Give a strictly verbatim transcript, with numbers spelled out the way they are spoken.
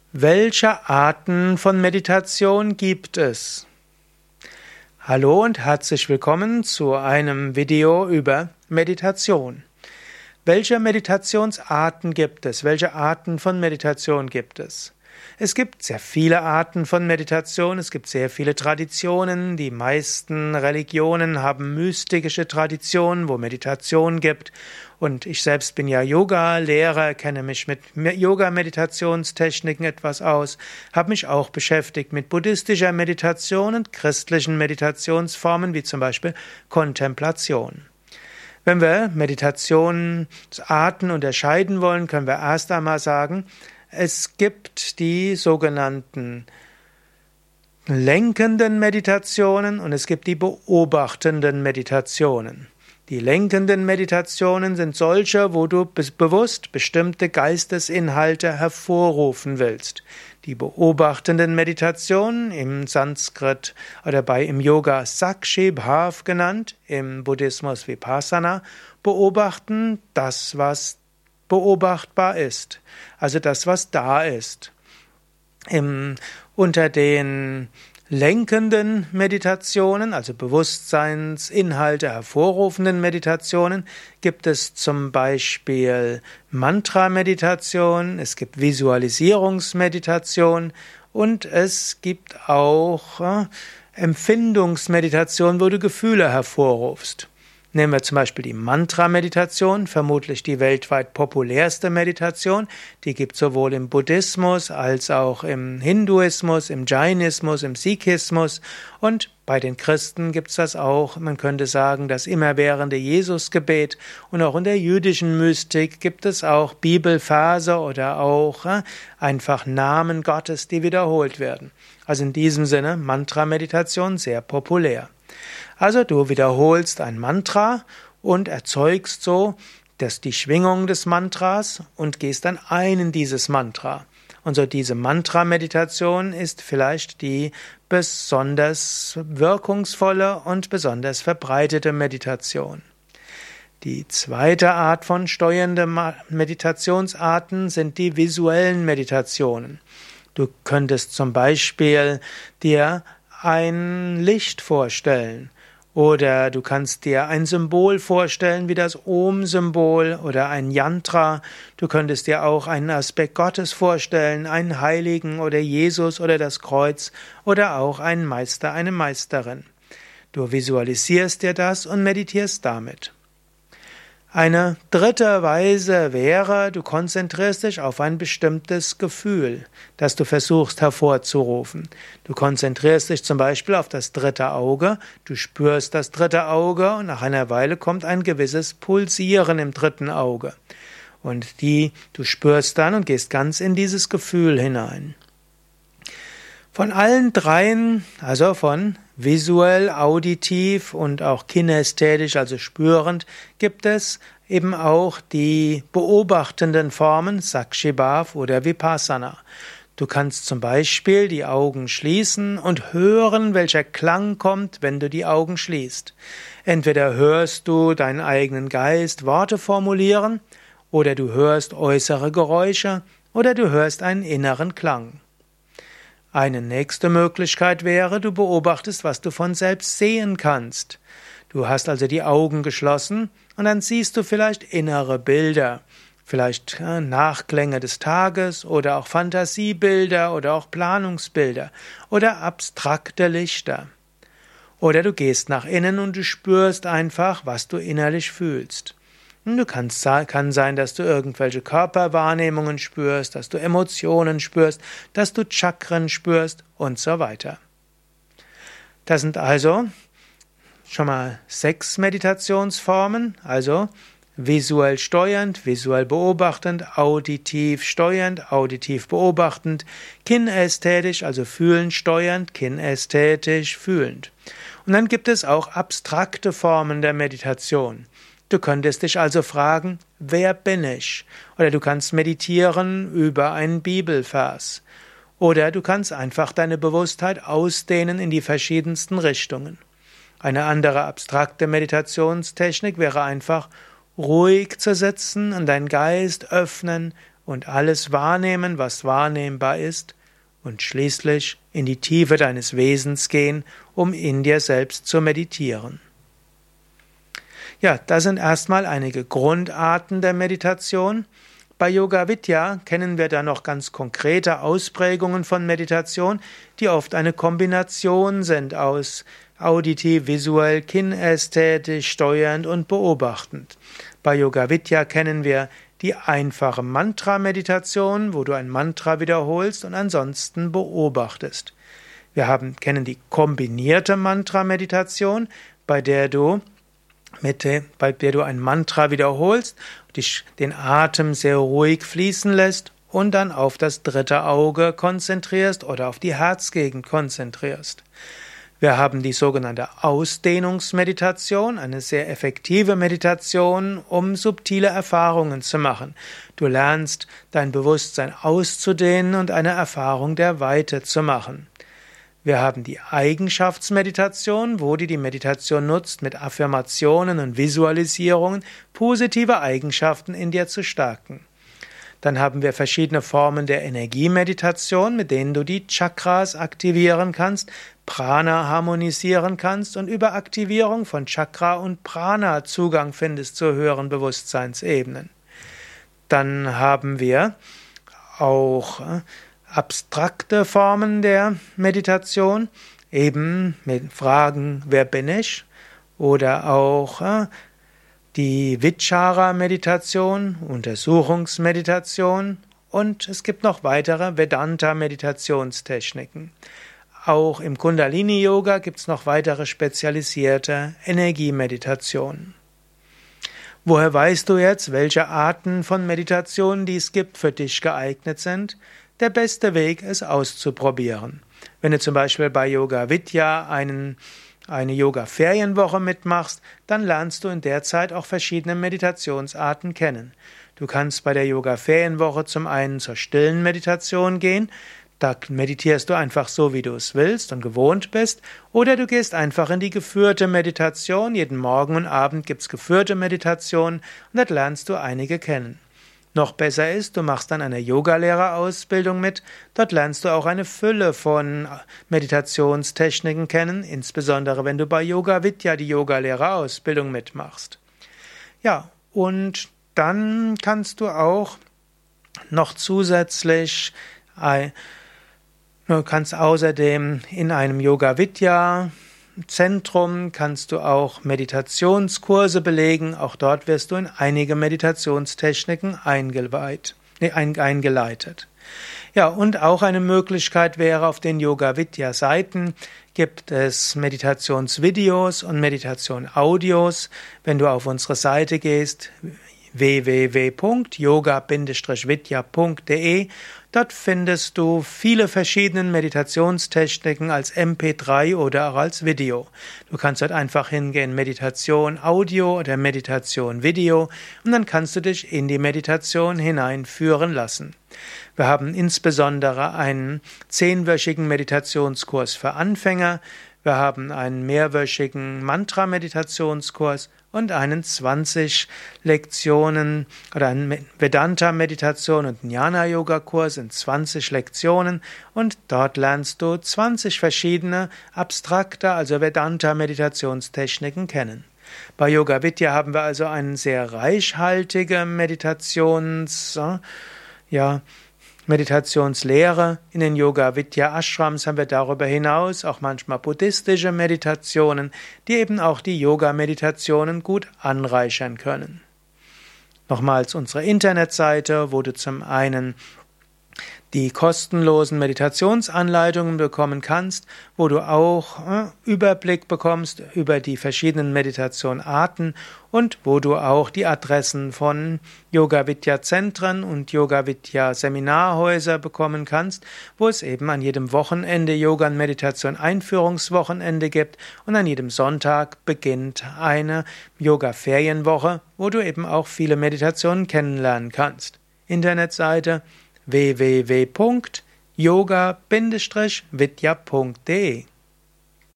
Welche Arten von Meditation gibt es? Hallo und herzlich willkommen zu einem Video über Meditation. Welche Meditationsarten gibt es? Welche Arten von Meditation gibt es? Es gibt sehr viele Arten von Meditation, es gibt sehr viele Traditionen. Die meisten Religionen haben mystische Traditionen, wo Meditation gibt. Und ich selbst bin ja Yoga-Lehrer, kenne mich mit Yoga-Meditationstechniken etwas aus, habe mich auch beschäftigt mit buddhistischer Meditation und christlichen Meditationsformen, wie zum Beispiel Kontemplation. Wenn wir Meditationsarten unterscheiden wollen, können wir erst einmal sagen, es gibt die sogenannten lenkenden Meditationen und es gibt die beobachtenden Meditationen. Die lenkenden Meditationen sind solche, wo du bewusst bestimmte Geistesinhalte hervorrufen willst. Die beobachtenden Meditationen, im Sanskrit oder bei im Yoga Sakshi Bhav genannt, im Buddhismus Vipassana, beobachten das, was beobachtbar ist, also das, was da ist. Im, unter den lenkenden Meditationen, also Bewusstseinsinhalte hervorrufenden Meditationen, gibt es zum Beispiel Mantra-Meditation, es gibt Visualisierungsmeditation und es gibt auch äh, Empfindungsmeditation, wo du Gefühle hervorrufst. Nehmen wir zum Beispiel die Mantra-Meditation, vermutlich die weltweit populärste Meditation. Die gibt es sowohl im Buddhismus als auch im Hinduismus, im Jainismus, im Sikhismus und bei den Christen gibt es das auch. Man könnte sagen, das immerwährende Jesusgebet und auch in der jüdischen Mystik gibt es auch Bibelverse oder auch äh, einfach Namen Gottes, die wiederholt werden. Also in diesem Sinne Mantra-Meditation sehr populär. Also du wiederholst ein Mantra und erzeugst so, dass die Schwingung des Mantras und gehst dann ein in dieses Mantra. Und so diese Mantra-Meditation ist vielleicht die besonders wirkungsvolle und besonders verbreitete Meditation. Die zweite Art von steuernden Meditationsarten sind die visuellen Meditationen. Du könntest zum Beispiel dir ein Licht vorstellen. Oder du kannst dir ein Symbol vorstellen, wie das Om-Symbol oder ein Yantra. Du könntest dir auch einen Aspekt Gottes vorstellen, einen Heiligen oder Jesus oder das Kreuz oder auch einen Meister, eine Meisterin. Du visualisierst dir das und meditierst damit. Eine dritte Weise wäre, du konzentrierst dich auf ein bestimmtes Gefühl, das du versuchst hervorzurufen. Du konzentrierst dich zum Beispiel auf das dritte Auge, du spürst das dritte Auge und nach einer Weile kommt ein gewisses Pulsieren im dritten Auge. Und die, du spürst dann und gehst ganz in dieses Gefühl hinein. Von allen dreien, also von visuell, auditiv und auch kinästhetisch, also spürend, gibt es eben auch die beobachtenden Formen Sakshi Bhav oder Vipassana. Du kannst zum Beispiel die Augen schließen und hören, welcher Klang kommt, wenn du die Augen schließt. Entweder hörst du deinen eigenen Geist Worte formulieren, oder du hörst äußere Geräusche, oder du hörst einen inneren Klang. Eine nächste Möglichkeit wäre, du beobachtest, was du von selbst sehen kannst. Du hast also die Augen geschlossen und dann siehst du vielleicht innere Bilder, vielleicht äh, Nachklänge des Tages oder auch Fantasiebilder oder auch Planungsbilder oder abstrakte Lichter. Oder du gehst nach innen und du spürst einfach, was du innerlich fühlst. Du kannst, kann sein, dass du irgendwelche Körperwahrnehmungen spürst, dass du Emotionen spürst, dass du Chakren spürst und so weiter. Das sind also schon mal sechs Meditationsformen, also visuell steuernd, visuell beobachtend, auditiv steuernd, auditiv beobachtend, kinästhetisch, also fühlend steuernd, kinästhetisch fühlend. Und dann gibt es auch abstrakte Formen der Meditation. Du könntest dich also fragen, wer bin ich? Oder du kannst meditieren über einen Bibelvers. Oder du kannst einfach deine Bewusstheit ausdehnen in die verschiedensten Richtungen. Eine andere abstrakte Meditationstechnik wäre einfach ruhig zu sitzen und deinen Geist öffnen und alles wahrnehmen, was wahrnehmbar ist, und schließlich in die Tiefe deines Wesens gehen, um in dir selbst zu meditieren. Ja, das sind erstmal einige Grundarten der Meditation. Bei Yoga Vidya kennen wir da noch ganz konkrete Ausprägungen von Meditation, die oft eine Kombination sind aus auditiv, visuell, kinästhetisch, steuernd und beobachtend. Bei Yoga Vidya kennen wir die einfache Mantra-Meditation, wo du ein Mantra wiederholst und ansonsten beobachtest. Wir haben, kennen die kombinierte Mantra-Meditation, bei der du mit, bei der du ein Mantra wiederholst, dich den Atem sehr ruhig fließen lässt und dann auf das dritte Auge konzentrierst oder auf die Herzgegend konzentrierst. Wir haben die sogenannte Ausdehnungsmeditation, eine sehr effektive Meditation, um subtile Erfahrungen zu machen. Du lernst, dein Bewusstsein auszudehnen und eine Erfahrung der Weite zu machen. Wir haben die Eigenschaftsmeditation, wo du die Meditation nutzt, mit Affirmationen und Visualisierungen positive Eigenschaften in dir zu stärken. Dann haben wir verschiedene Formen der Energiemeditation, mit denen du die Chakras aktivieren kannst, Prana harmonisieren kannst und über Aktivierung von Chakra und Prana Zugang findest zu höheren Bewusstseinsebenen. Dann haben wir auch abstrakte Formen der Meditation, eben mit Fragen, wer bin ich? Oder auch die Vichara-Meditation, Untersuchungsmeditation, und es gibt noch weitere Vedanta-Meditationstechniken. Auch im Kundalini-Yoga gibt es noch weitere spezialisierte Energiemeditationen. Woher weißt du jetzt, welche Arten von Meditationen, die es gibt, für dich geeignet sind? Der beste Weg, es auszuprobieren. Wenn du zum Beispiel bei Yoga Vidya einen eine Yoga-Ferienwoche mitmachst, dann lernst du in der Zeit auch verschiedene Meditationsarten kennen. Du kannst bei der Yoga-Ferienwoche zum einen zur stillen Meditation gehen, da meditierst du einfach so, wie du es willst und gewohnt bist, oder du gehst einfach in die geführte Meditation, jeden Morgen und Abend gibt's geführte Meditationen und dort lernst du einige kennen. Noch besser ist, du machst dann eine Yogalehrerausbildung mit. Dort lernst du auch eine Fülle von Meditationstechniken kennen, insbesondere wenn du bei Yoga Vidya die Yogalehrerausbildung mitmachst. Ja, und dann kannst du auch noch zusätzlich, du kannst außerdem in einem Yoga Vidya Zentrum kannst du auch Meditationskurse belegen. Auch dort wirst du in einige Meditationstechniken eingeweiht, nee, eingeleitet. Ja, und auch eine Möglichkeit wäre, auf den Yoga Vidya Seiten gibt es Meditationsvideos und Meditation-Audios. Wenn du auf unsere Seite gehst, w w w punkt yoga vidya punkt d e. Dort findest du viele verschiedene Meditationstechniken als M P drei oder auch als Video. Du kannst dort einfach hingehen, Meditation Audio oder Meditation Video, und dann kannst du dich in die Meditation hineinführen lassen. Wir haben insbesondere einen zehnwöchigen Meditationskurs für Anfänger. Wir haben einen mehrwöchigen Mantra-Meditationskurs und einen zwanzig Lektionen oder einen Vedanta-Meditation und Jnana-Yoga-Kurs in zwanzig Lektionen, und dort lernst du zwanzig verschiedene abstrakte, also Vedanta-Meditationstechniken kennen. Bei Yoga Vidya haben wir also eine sehr reichhaltige Meditations, ja, Meditationslehre. In den Yoga Vidya Ashrams haben wir darüber hinaus auch manchmal buddhistische Meditationen, die eben auch die Yoga-Meditationen gut anreichern können. Nochmals unsere Internetseite, wo du zum einen die kostenlosen Meditationsanleitungen bekommen kannst, wo du auch äh, Überblick bekommst über die verschiedenen Meditationarten und wo du auch die Adressen von Yoga Vidya Zentren und Yoga Vidya Seminarhäuser bekommen kannst, wo es eben an jedem Wochenende Yoga und Meditation Einführungswochenende gibt, und an jedem Sonntag beginnt eine Yoga Ferienwoche, wo du eben auch viele Meditationen kennenlernen kannst. Internetseite w w w punkt yoga vidya punkt d e